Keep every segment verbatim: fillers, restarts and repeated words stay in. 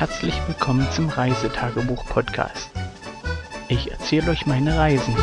Herzlich willkommen zum Reisetagebuch-Podcast. Ich erzähle euch meine Reisen.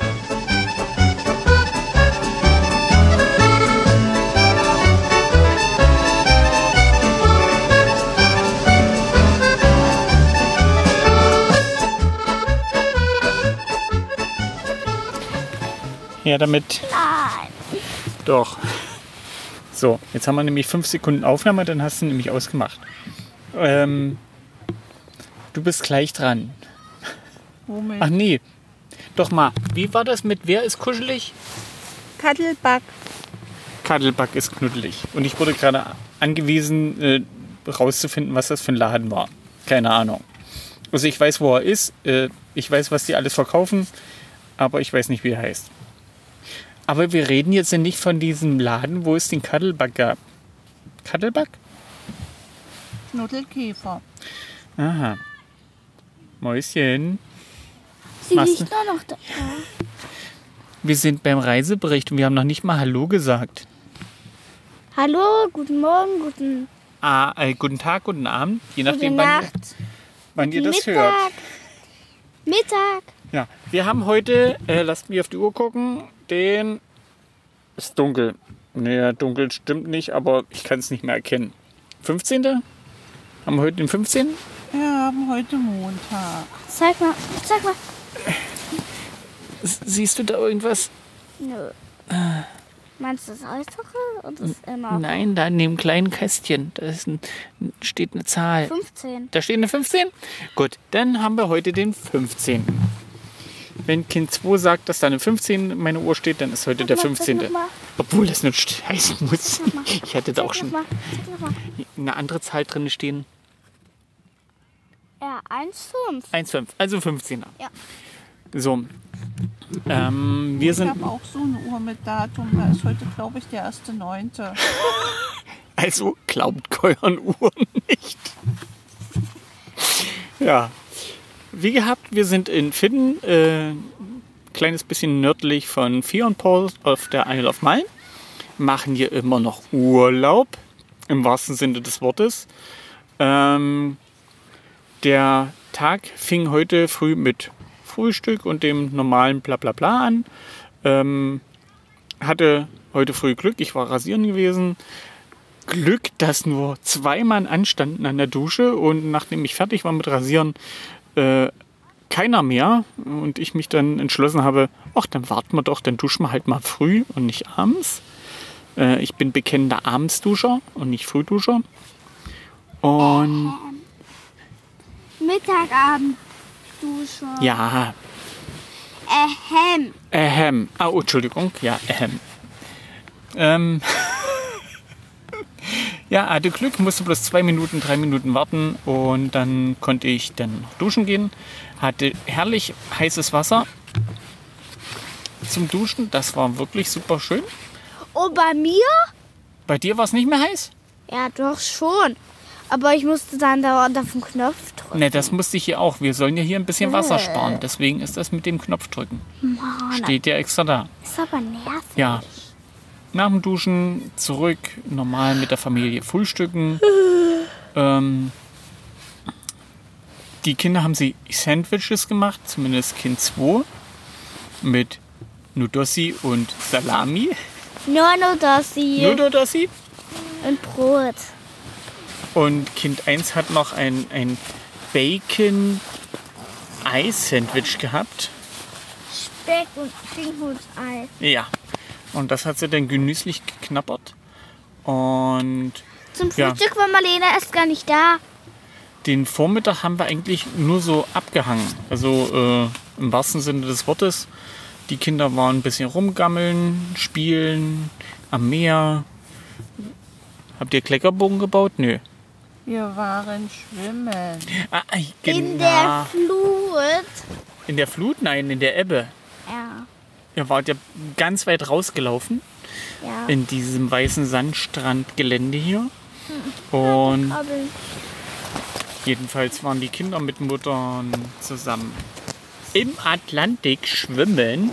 Ja, damit. Nein. Doch. So, jetzt haben wir nämlich fünf Sekunden Aufnahme, dann hast du nämlich ausgemacht. Ähm, du bist gleich dran. Womit? Ach nee. Doch mal, wie war das mit wer ist kuschelig? Kattelback. Kadelback ist knuddelig. Und ich wurde gerade angewiesen, äh, rauszufinden, was das für ein Laden war. Keine Ahnung. Also ich weiß, wo er ist. Äh, ich weiß, was die alles verkaufen. Aber ich weiß nicht, wie er heißt. Aber wir reden jetzt ja nicht von diesem Laden, wo es den Kattelback gab. Kattelback? Knuddelkäfer. Aha. Mäuschen. Sie Machst liegt nur noch da. Wir sind beim Reisebericht und wir haben noch nicht mal Hallo gesagt. Hallo, guten Morgen, guten, Ah, äh, guten Tag, guten Abend. Je nachdem, gute wann, Nacht, wann ihr das Mittag. hört. Mittag. Ja, wir haben heute, äh, lasst mich auf die Uhr gucken, den... Ist dunkel. Naja, dunkel stimmt nicht, aber ich kann es nicht mehr erkennen. fünfzehnten? Haben wir heute den fünfzehnten? Wir haben heute Montag. Zeig mal, zeig mal. S- Siehst du da irgendwas? Nö. Meinst du das Einfache oder das immer? Nein, da in dem kleinen Kästchen. Da ist ein, steht eine Zahl. fünfzehn. Da steht eine fünfzehn? Gut, dann haben wir heute den fünfzehnten. Wenn Kind zwei sagt, dass da eine fünfzehn in meiner Uhr steht, dann ist heute Zeig der mal, zeig fünfzehnte. noch mal. Obwohl das nicht heißen muss. Zeig mal. Ich hatte da auch Zeig schon noch mal, zeig noch mal. eine andere Zahl drin stehen. Ja, eins Komma fünf. eins Komma fünf, also fünfzehner. Ja. So. Ähm, wir Ich sind habe auch so eine Uhr mit Datum. Da ist heute, glaube ich, der erste neunte Also glaubt euren Uhren nicht. Ja. Wie gehabt, wir sind in Fidden, äh, kleines bisschen nördlich von Fionport auf der Isle of Man. Machen hier immer noch Urlaub, im wahrsten Sinne des Wortes. Ähm, der Tag fing heute früh mit Frühstück und dem normalen Blablabla an. Ähm, hatte heute früh Glück, ich war rasieren gewesen. Glück, dass nur zwei Mann anstanden an der Dusche und nachdem ich fertig war mit Rasieren, äh, keiner mehr und ich mich dann entschlossen habe, ach, dann warten wir doch, dann duschen wir halt mal früh und nicht abends. Äh, ich bin bekennender Abendsduscher und nicht Frühduscher. Und Mittagabend. Dusche. ja, Ähem. Ahem. Ah, oh, Entschuldigung. Ja, ahem. Ähm. Ja, hatte Glück, musste bloß zwei Minuten, drei Minuten warten und dann konnte ich dann noch duschen gehen. Hatte herrlich heißes Wasser zum Duschen. Das war wirklich super schön. Oh, bei mir? Bei dir war es nicht mehr heiß? Ja, doch schon. Aber ich musste dann dauernd auf den Knopf drücken. Ne, das musste ich hier auch. Wir sollen ja hier ein bisschen Wasser sparen. Deswegen ist das mit dem Knopf drücken. Mann, Steht ja extra da. ist aber nervig. Ja. Nach dem Duschen zurück, normal mit der Familie frühstücken. ähm, die Kinder haben sie Sandwiches gemacht, zumindest Kind zwei, mit Nudossi und Salami. Nur Nudossi Nudossi. und Brot. Und Kind eins hat noch ein, ein Bacon-Ei-Sandwich gehabt. Speck und Schinkenhutei. Ja. Und das hat sie dann genüsslich geknabbert. Und Zum Ja. Frühstück war Marlene erst gar nicht da. den Vormittag haben wir eigentlich nur so abgehangen. Also äh, im wahrsten Sinne des Wortes. Die Kinder waren ein bisschen rumgammeln, spielen, am Meer. Habt ihr Kleckerbogen gebaut? Nö. Wir waren schwimmen. Ah, In der Flut. in der Flut? Nein, in der Ebbe. Ja. Ihr wart ja ganz weit rausgelaufen Ja. in diesem weißen Sandstrandgelände hier. Und Krabbeln. jedenfalls waren die Kinder mit Muttern zusammen im Atlantik schwimmen.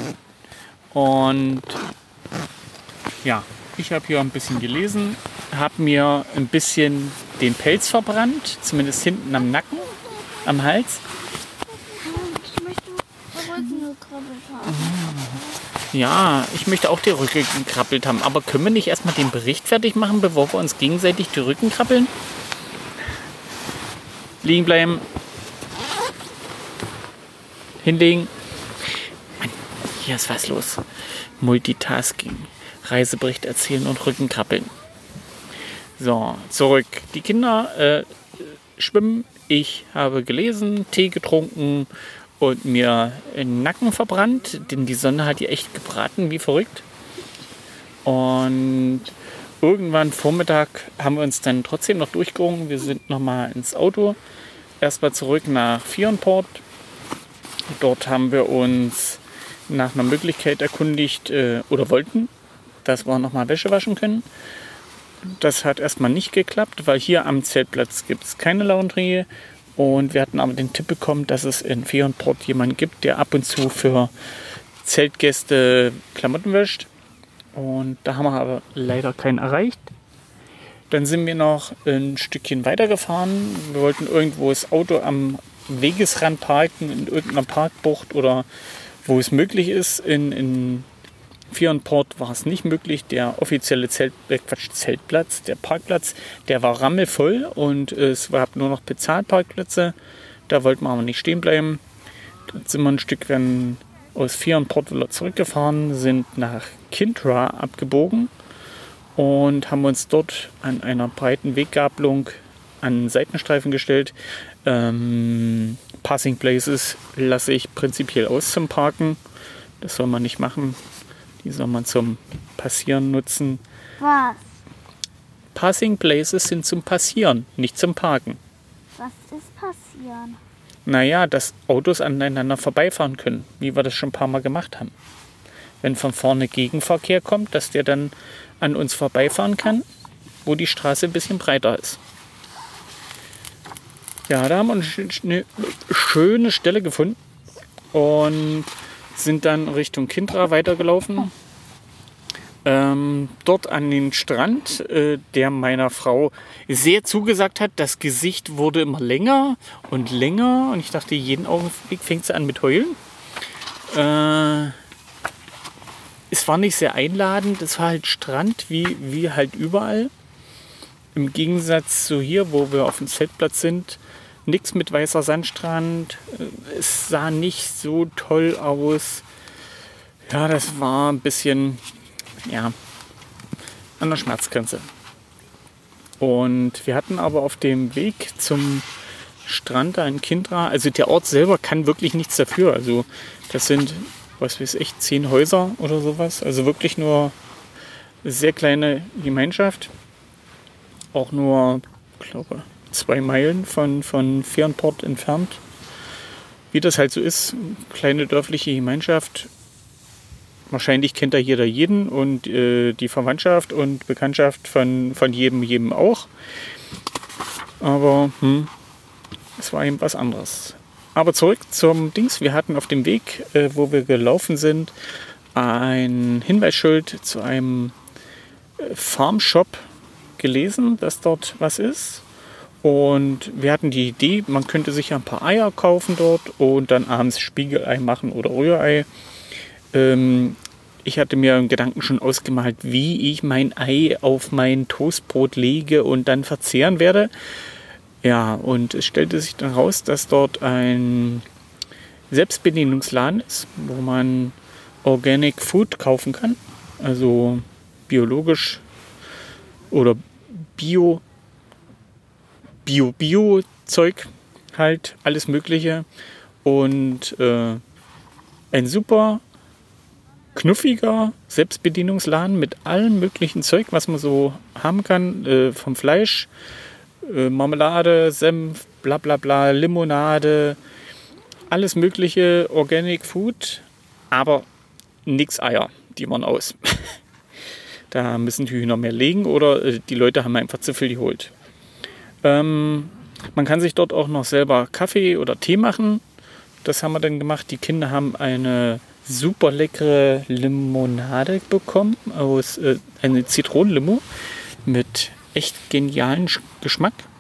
Und ja, ich habe hier ein bisschen gelesen, habe mir ein bisschen den Pelz verbrannt, zumindest hinten am Nacken, am Hals. Ich möchte Rücken gekrabbelt haben. Ja, ich möchte auch die Rücken gekrabbelt haben. Aber können wir nicht erstmal den Bericht fertig machen, bevor wir uns gegenseitig die Rücken krabbeln? Liegen bleiben. Hinlegen. Mann, hier ist was los. Multitasking. Reisebericht erzählen und Rücken krabbeln. So, zurück. Die Kinder äh, schwimmen. Ich habe gelesen, Tee getrunken und mir den Nacken verbrannt, denn die Sonne hat hier echt gebraten, wie verrückt. Und irgendwann Vormittag haben wir uns dann trotzdem noch durchgerungen. Wir sind nochmal ins Auto, erstmal zurück nach Fionport. Dort haben wir uns nach einer Möglichkeit erkundigt äh, oder wollten, dass wir nochmal Wäsche waschen können. Das hat erstmal nicht geklappt, weil hier am Zeltplatz gibt es keine Laundry. Und wir hatten aber den Tipp bekommen, dass es in Fionport jemanden gibt, der ab und zu für Zeltgäste Klamotten wäscht. Und da haben wir aber leider keinen erreicht. Dann sind wir noch ein Stückchen weitergefahren. Wir wollten irgendwo das Auto am Wegesrand parken, in irgendeiner Parkbucht oder wo es möglich ist. In, in Fionport war es nicht möglich. Der offizielle Zelt, äh Quatsch, Zeltplatz, der Parkplatz, der war rammelvoll und es gab nur noch Bezahlparkplätze. Da wollten wir aber nicht stehen bleiben. Dann sind wir ein Stück wenn, aus Fionport wieder zurückgefahren, sind nach Kintra abgebogen und haben uns dort an einer breiten Weggabelung an Seitenstreifen gestellt. Ähm, Passing Places lasse ich prinzipiell aus zum Parken. Das soll man nicht machen. Die soll man zum Passieren nutzen. Was? Passing Places sind zum Passieren, nicht zum Parken. Was ist passieren? Naja, dass Autos aneinander vorbeifahren können, wie wir das schon ein paar Mal gemacht haben. Wenn von vorne Gegenverkehr kommt, dass der dann an uns vorbeifahren kann, wo die Straße ein bisschen breiter ist. Ja, da haben wir eine schöne Stelle gefunden und sind dann Richtung Kintra weitergelaufen. Ähm, dort an den Strand, äh, der meiner Frau sehr zugesagt hat. Das Gesicht wurde immer länger und länger und ich dachte, jeden Augenblick fängt sie an mit Heulen. Äh, es war nicht sehr einladend. Es war halt Strand, wie, wie halt überall. Im Gegensatz zu hier, wo wir auf dem Zeltplatz sind, nichts mit weißer Sandstrand. Es sah nicht so toll aus. Ja, das war ein bisschen, ja, an der Schmerzgrenze. Und wir hatten aber auf dem Weg zum Strand da in Kintra, also der Ort selber kann wirklich nichts dafür. Also das sind, was weiß ich, zehn Häuser oder sowas. Also wirklich nur eine sehr kleine Gemeinschaft. Auch nur, ich glaube, zwei Meilen von, von Fionport entfernt. Wie das halt so ist, kleine dörfliche Gemeinschaft. Wahrscheinlich kennt da jeder jeden und äh, die Verwandtschaft und Bekanntschaft von, von jedem, jedem auch. Aber hm, es war eben was anderes. Aber zurück zum Dings. Wir hatten auf dem Weg, äh, wo wir gelaufen sind, ein Hinweisschild zu einem äh, Farmshop gelesen, dass dort was ist. Und wir hatten die Idee, man könnte sich ein paar Eier kaufen dort und dann abends Spiegelei machen oder Rührei. Ähm, ich hatte mir im Gedanken schon ausgemalt, wie ich mein Ei auf mein Toastbrot lege und dann verzehren werde. Ja, und es stellte sich dann raus, dass dort ein Selbstbedienungsladen ist, wo man Organic Food kaufen kann. Also biologisch oder Bio Bio-Bio-Zeug, halt alles Mögliche und äh, ein super knuffiger Selbstbedienungsladen mit allem möglichen Zeug, was man so haben kann, äh, vom Fleisch, äh, Marmelade, Senf, bla bla bla, Limonade, alles mögliche Organic Food, aber nix Eier, die waren aus. Da müssen die Hühner mehr legen oder äh, die Leute haben einfach zu viel geholt. Ähm, man kann sich dort auch noch selber Kaffee oder Tee machen. Das haben wir dann gemacht. Die Kinder haben eine super leckere Limonade bekommen, aus äh, eine Zitronenlimo mit echt genialen Geschmack.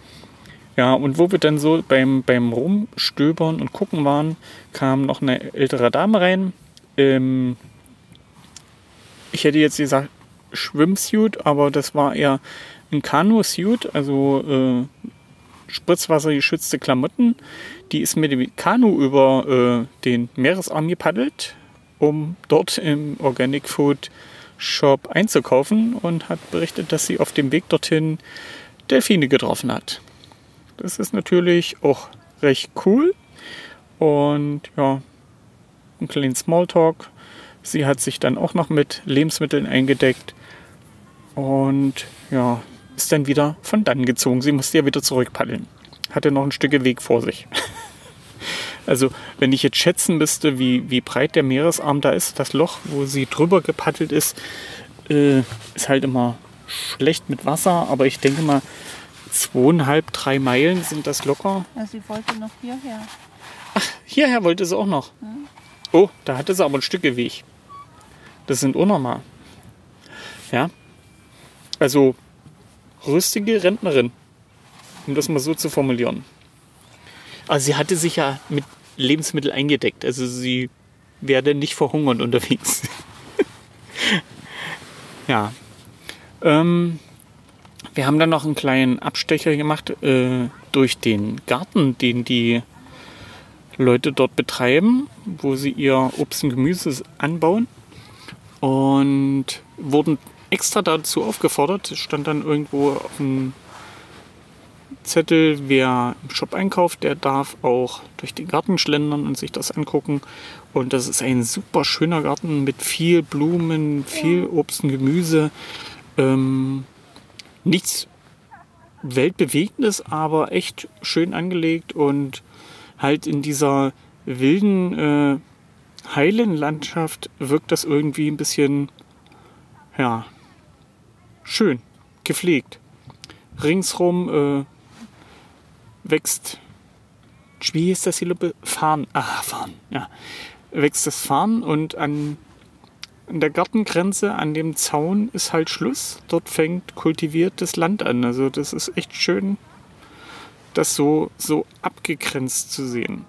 Ja, und wo wir dann so beim, beim Rumstöbern und Gucken waren, kam noch eine ältere Dame rein. Ähm, ich hätte jetzt gesagt Schwimmsuit, aber das war eher ein Kanu-Suit, also äh, spritzwassergeschützte Klamotten. Die ist mit dem Kanu über äh, den Meeresarm gepaddelt, um dort im Organic Food Shop einzukaufen und hat berichtet, dass sie auf dem Weg dorthin Delfine getroffen hat. Das ist natürlich auch recht cool und ja, ein kleinen Smalltalk. Sie hat sich dann auch noch mit Lebensmitteln eingedeckt und ja, ist dann wieder von dann gezogen. Sie musste ja wieder zurückpaddeln. Hatte noch ein Stück Weg vor sich. Also, wenn ich jetzt schätzen müsste, wie, wie breit der Meeresarm da ist, das Loch, wo sie drüber gepaddelt ist, äh, ist halt immer schlecht mit Wasser. Aber ich denke mal, zweieinhalb, drei Meilen sind das locker. Ja, sie wollte noch hierher. Ach, hierher wollte sie auch noch. Hm. Oh, da hatte sie aber ein Stück Weg. Das sind unnormal. Ja. Also, rüstige Rentnerin. Um das mal so zu formulieren. Also sie hatte sich ja mit Lebensmitteln eingedeckt. Also sie werde nicht verhungern unterwegs. Ja. Ähm, wir haben dann noch einen kleinen Abstecher gemacht äh, durch den Garten, den die Leute dort betreiben, wo sie ihr Obst und Gemüse anbauen. Und wurden extra dazu aufgefordert. Es stand dann irgendwo auf dem Zettel, wer im Shop einkauft, der darf auch durch den Garten schlendern und sich das angucken. Und das ist ein super schöner Garten mit viel Blumen, viel Obst und Gemüse. Ähm, nichts Weltbewegendes, aber echt schön angelegt und halt in dieser wilden äh, Highland-Landschaft wirkt das irgendwie ein bisschen, ja, schön, gepflegt. Ringsrum äh, wächst, wie ist das hier? Farn. Ah, Farn, ja. Wächst das Farn und an, an der Gartengrenze, an dem Zaun ist halt Schluss. Dort fängt kultiviertes Land an. Also das ist echt schön, das so, so abgegrenzt zu sehen.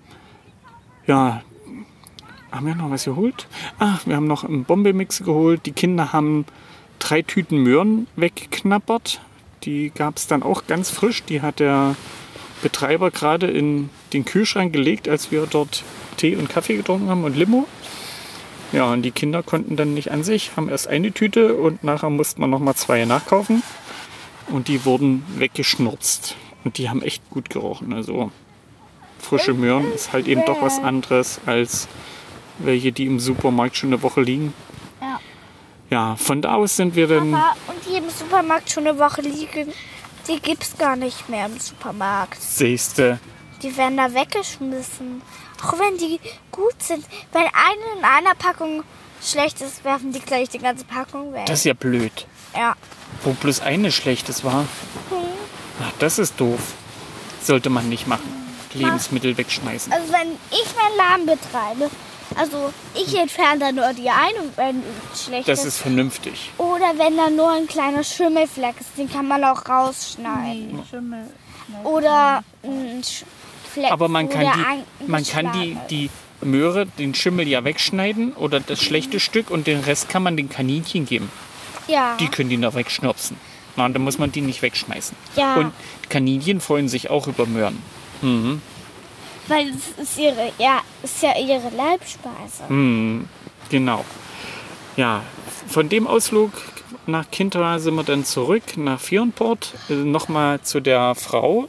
Ja, haben wir noch was geholt? Ah, wir haben noch einen Bombemix geholt. Die Kinder haben drei Tüten Möhren weggeknabbert. Die gab es dann auch ganz frisch. Die hat der Betreiber gerade in den Kühlschrank gelegt, als wir dort Tee und Kaffee getrunken haben und Limo. Ja, und die Kinder konnten dann nicht an sich, haben erst eine Tüte und nachher musste man nochmal zwei nachkaufen. Und die wurden weggeschnurzt. Und die haben echt gut gerochen. Also frische Möhren ist halt eben doch was anderes als welche, die im Supermarkt schon eine Woche liegen. Ja. Ja, von da aus sind wir dann... Papa, und die im Supermarkt schon eine Woche liegen, die gibt's gar nicht mehr im Supermarkt. Siehste. Die werden da weggeschmissen. Auch wenn die gut sind. Wenn eine in einer Packung schlecht ist, werfen die gleich die ganze Packung weg. Das ist ja blöd. Ja. Wo bloß eine schlechtes war. Hm. Ach, das ist doof. Sollte man nicht machen. Lebensmittel wegschmeißen. Also wenn ich meinen Laden betreibe, also ich entferne da nur die eine, wenn schlecht Das ist. ist vernünftig. Oder wenn da nur ein kleiner Schimmelfleck ist, den kann man auch rausschneiden. Nee, Schimmel. Oder ein Sch- Fleck, Aber man wo kann der die, ein- man kann die, geschlagen ist. die Möhre, den Schimmel ja wegschneiden oder das schlechte Stück und den Rest kann man den Kaninchen geben. Ja. Die können die noch wegschnopsen. Na, dann muss man die nicht wegschmeißen. Ja. Und Kaninchen freuen sich auch über Möhren. Mhm. Weil es ist ihre, ja, ist ja ihre Leibspeise. Mhm. Genau. Ja, von dem Ausflug nach Kintra sind wir dann zurück nach Fionport. Äh, Nochmal zu der Frau,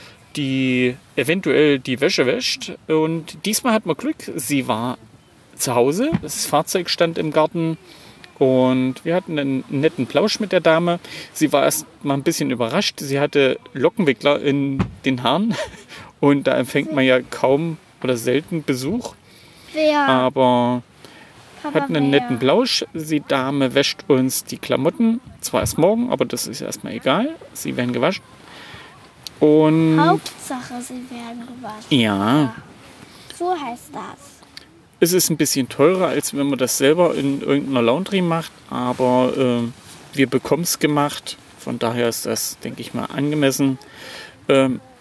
die eventuell die Wäsche wäscht. Und diesmal hat man Glück. Sie war zu Hause. Das Fahrzeug stand im Garten. Und wir hatten einen netten Plausch mit der Dame. Sie war erst mal ein bisschen überrascht. Sie hatte Lockenwickler in den Haaren. Und da empfängt man ja kaum oder selten Besuch. Wer? Aber Papa, hat einen wer? netten Plausch. Die Dame wäscht uns die Klamotten. Zwar erst morgen, aber das ist erstmal egal. Sie werden gewaschen. Und Hauptsache, sie werden gewaschen. ja, So heißt das. es ist ein bisschen teurer, als wenn man das selber in irgendeiner Laundry macht. Aber äh, wir bekommen es gemacht. Von daher ist das, denke ich mal, angemessen. Ähm,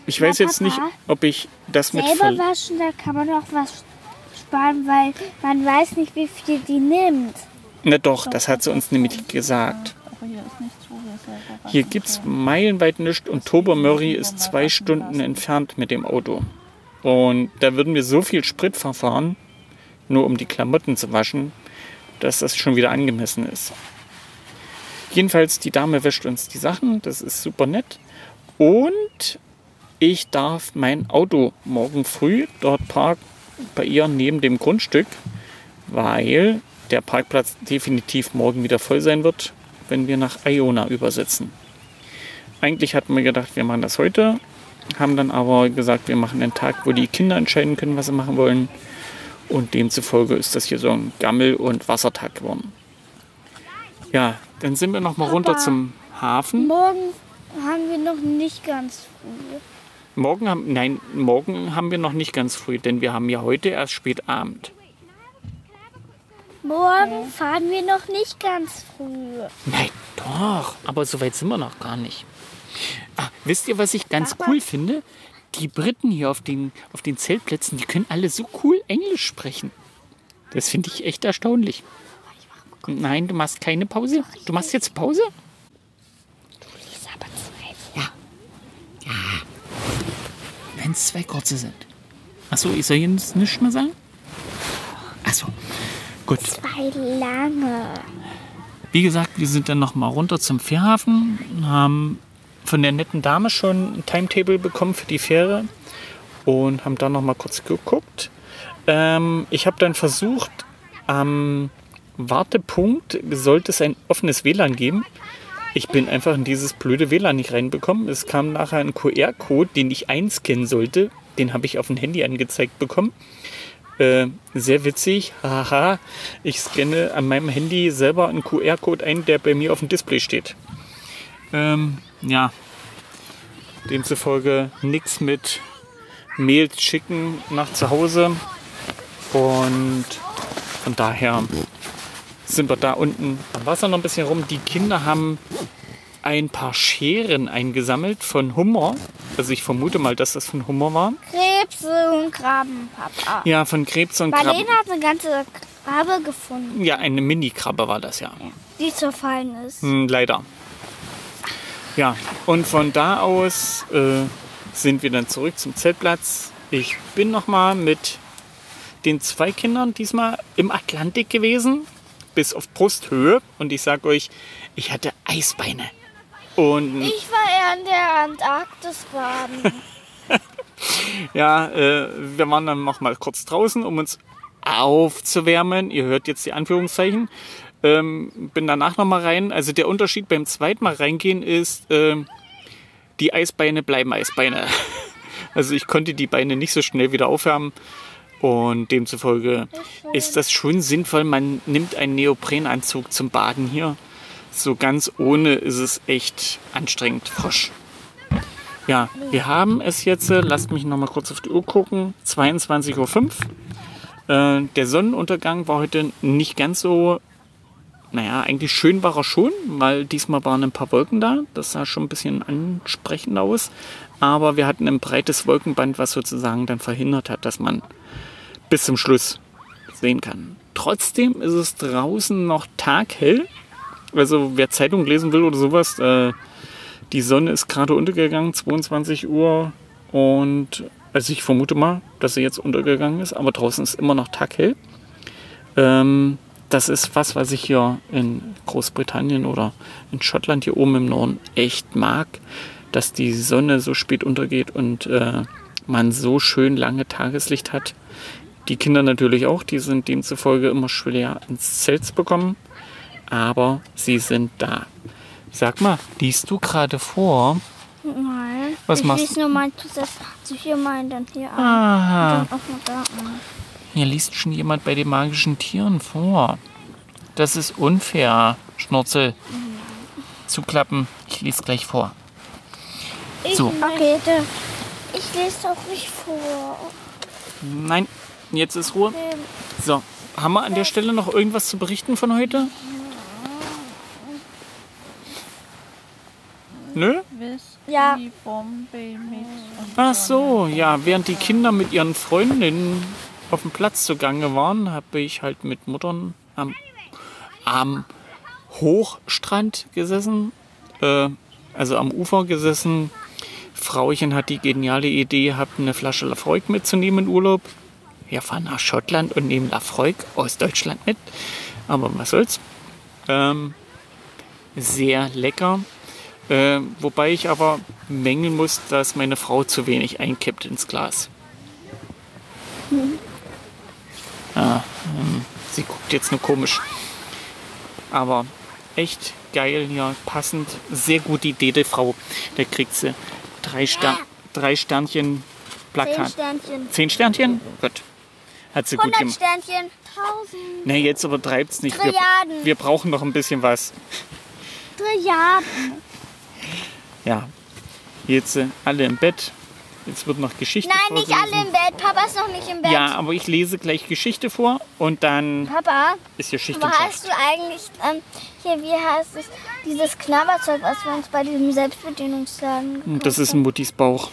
Ich weiß Ja, jetzt Papa, nicht, ob ich das mit... Selber Ver waschen, da kann man auch was sparen, weil man weiß nicht, wie viel die nimmt. Na doch, das hat sie uns nämlich gesagt. Aber hier ist nicht so, wir selber waschen Hier gibt es können. meilenweit nichts und Tobermory ist zwei Stunden entfernt mit dem Auto. Und da würden wir so viel Sprit verfahren, nur um die Klamotten zu waschen, dass das schon wieder angemessen ist. Jedenfalls, die Dame wäscht uns die Sachen, das ist super nett. Und ich darf mein Auto morgen früh dort parken, bei ihr neben dem Grundstück, weil der Parkplatz definitiv morgen wieder voll sein wird, wenn wir nach Iona übersetzen. Eigentlich hatten wir gedacht, wir machen das heute, haben dann aber gesagt, wir machen einen Tag, wo die Kinder entscheiden können, was sie machen wollen. Und demzufolge ist das hier so ein Gammel- und Wassertag geworden. Ja, dann sind wir noch mal runter Papa. zum Hafen. Morgen haben wir noch nicht ganz früh. Morgen haben, nein, morgen haben wir noch nicht ganz früh, denn wir haben ja heute erst spät Abend. Morgen fahren wir noch nicht ganz früh. Nein, doch, aber so weit sind wir noch gar nicht. Ah, wisst ihr, was ich ganz Papa? cool finde? Die Briten hier auf den, auf den Zeltplätzen, die können alle so cool Englisch sprechen. Das finde ich echt erstaunlich. Nein, du machst keine Pause? Du machst jetzt Pause? Du liest aber zwei. Ja. Ja. Wenn es zwei kurze sind. Achso, ich soll jetzt nichts mehr sagen? Achso, gut. Zwei lange. Wie gesagt, wir sind dann noch mal runter zum Fährhafen, haben von der netten Dame schon ein Timetable bekommen für die Fähre und haben dann noch mal kurz geguckt. Ähm, ich habe dann versucht, am Wartepunkt sollte es ein offenes W L A N geben. Ich bin einfach in dieses blöde W L A N nicht reinbekommen. Es kam nachher ein Q R-Code, den ich einscannen sollte. Den habe ich auf dem Handy angezeigt bekommen. Äh, sehr witzig. Haha, ich scanne an meinem Handy selber einen Q R-Code ein, der bei mir auf dem Display steht. Ähm, ja, demzufolge nichts mit Mail schicken nach zu Hause. Und von daher sind wir da unten am Wasser noch ein bisschen rum. Die Kinder haben ein paar Scheren eingesammelt von Hummer. Also ich vermute mal, dass das von Hummer war. Krebse und Krabben, Papa. Ja, von Krebs und Krabben. Marlene hat eine ganze Krabbe gefunden, Ja, eine Mini-Krabbe war das ja. die zerfallen ist. Hm, leider. Ja, und von da aus äh, sind wir dann zurück zum Zeltplatz. Ich bin nochmal mit den zwei Kindern diesmal im Atlantik gewesen, bis auf Brusthöhe. Und ich sag euch, ich hatte Eisbeine. Und Ich war eher in der Antarktis baden. ja, äh, wir waren dann noch mal kurz draußen, um uns aufzuwärmen. Ihr hört jetzt die Anführungszeichen. Ähm, bin danach noch mal rein. Also der Unterschied beim zweiten Mal reingehen ist, ähm, die Eisbeine bleiben Eisbeine. Also ich konnte die Beine nicht so schnell wieder aufwärmen. Und demzufolge ist das schon sinnvoll. Man nimmt einen Neoprenanzug zum Baden hier. So ganz ohne ist es echt anstrengend frisch. Ja, wir haben es jetzt, äh, lasst mich noch mal kurz auf die Uhr gucken, zweiundzwanzig Uhr fünf. Äh, der Sonnenuntergang war heute nicht ganz so, naja, eigentlich schön war er schon, weil diesmal waren ein paar Wolken da. Das sah schon ein bisschen ansprechend aus. Aber wir hatten ein breites Wolkenband, was sozusagen dann verhindert hat, dass man bis zum Schluss sehen kann. Trotzdem ist es draußen noch taghell. Also wer Zeitung lesen will oder sowas, äh, die Sonne ist gerade untergegangen, zweiundzwanzig Uhr. Und also ich vermute mal, dass sie jetzt untergegangen ist, aber draußen ist immer noch taghell. Ähm, das ist was, was ich hier in Großbritannien oder in Schottland hier oben im Norden echt mag, dass die Sonne so spät untergeht und äh, man so schön lange Tageslicht hat. Die Kinder natürlich auch, die sind demzufolge immer schwer ins Zelt zu bekommen, aber sie sind da. Sag mal, liest du gerade vor? Nein. Was ich machst lese nur mal das hier mal dann hier an. Aha, Und dann auch mal da an. hier liest schon jemand bei den magischen Tieren vor. Das ist unfair, Schnurzel. Zuklappen, ich lese gleich vor. Ich So. möchte. Ich lese auch nicht vor. Nein, jetzt ist Ruhe. Ähm, So, haben wir an der Stelle noch irgendwas zu berichten von heute? Nö? Whisky, Ja. Bombay mit und Ach so, ja, während die Kinder mit ihren Freundinnen auf dem Platz zugange waren, habe ich halt mit Muttern am, am Hochstrand gesessen, äh, also am Ufer gesessen. Frauchen hat die geniale Idee gehabt, eine Flasche Lafroig mitzunehmen in Urlaub. Wir fahren nach Schottland und nehmen Lafroig aus Deutschland mit, aber was soll's. Ähm, sehr lecker. Äh, wobei ich aber mängeln muss, dass meine Frau zu wenig einkippt ins Glas. Mhm. Ah, ähm, sie guckt jetzt nur komisch. Aber echt geil hier, passend. Sehr gute Idee der Frau. Da kriegt sie drei, Ster drei Sternchen Plakat. Zehn Sternchen. Zehn Sternchen? Gut. Hat sie gut hundert gemacht. Sternchen. Tausend. Nee, jetzt übertreibt's nicht. Wir, Trilliarden. wir brauchen noch ein bisschen was. Trilliarden. Ja. Jetzt äh, alle im Bett. Jetzt wird noch Geschichte Nein, nicht vorgelesen. alle im Bett. Papa ist noch nicht im Bett. Ja, aber ich lese gleich Geschichte vor und dann Papa, ist hier Schicht wo im Schacht. hast du eigentlich, ähm, hier, wie heißt es, dieses Knabberzeug, was wir uns bei diesem Selbstbedienungsladen gekauft Das ist haben? Muttis Bauch.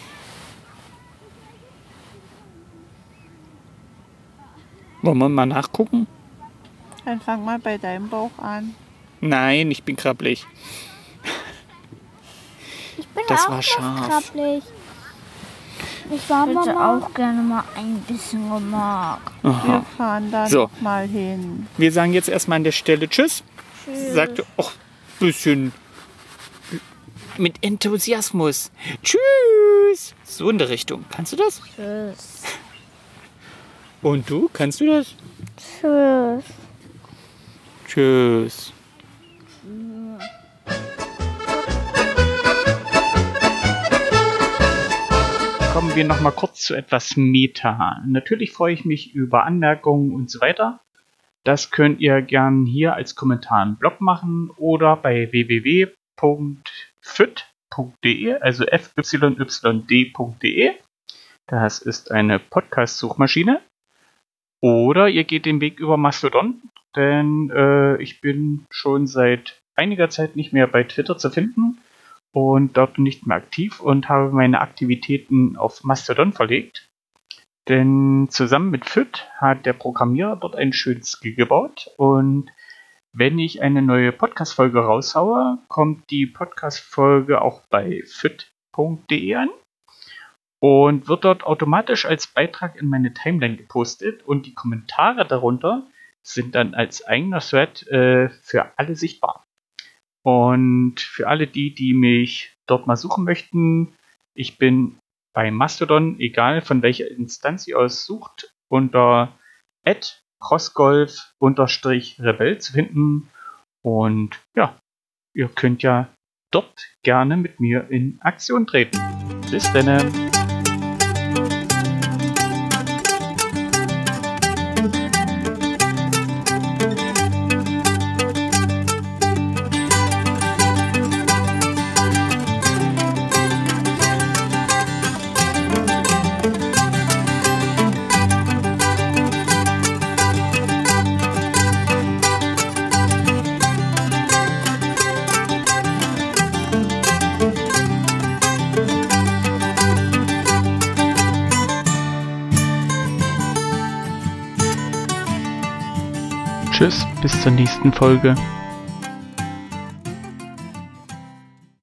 Wollen wir mal nachgucken? Dann fang mal bei deinem Bauch an. Nein, ich bin krabbelig. Ich bin Das auch war ganz scharf. krabbelig. Ich war hätte auch gerne mal ein bisschen gemacht. Wir fahren da So. noch mal hin. Wir sagen jetzt erstmal an der Stelle Tschüss. Tschüss. Sagte auch ein bisschen mit Enthusiasmus. Tschüss. So in der Richtung. Kannst du das? Tschüss. Und du? Kannst du das? Tschüss. Tschüss. Kommen wir noch mal kurz zu etwas Meta. Natürlich freue ich mich über Anmerkungen und so weiter. Das könnt ihr gern hier als Kommentar im Blog machen oder bei w w w punkt fyt punkt de, also f y y d punkt de. Das ist eine Podcast-Suchmaschine. Oder ihr geht den Weg über Mastodon, denn äh, ich bin schon seit einiger Zeit nicht mehr bei Twitter zu finden und dort nicht mehr aktiv und habe meine Aktivitäten auf Mastodon verlegt. Denn zusammen mit Fyt hat der Programmierer dort ein schönes Skill gebaut und wenn ich eine neue Podcast-Folge raushaue, kommt die Podcast-Folge auch bei fyt punkt de an und wird dort automatisch als Beitrag in meine Timeline gepostet und die Kommentare darunter sind dann als eigener Thread äh, für alle sichtbar. Und für alle die, die mich dort mal suchen möchten, ich bin bei Mastodon, egal von welcher Instanz ihr aus sucht, unter at crossgolf-rebell zu finden. Und ja, ihr könnt ja dort gerne mit mir in Aktion treten. Bis dann. Tschüss, bis zur nächsten Folge.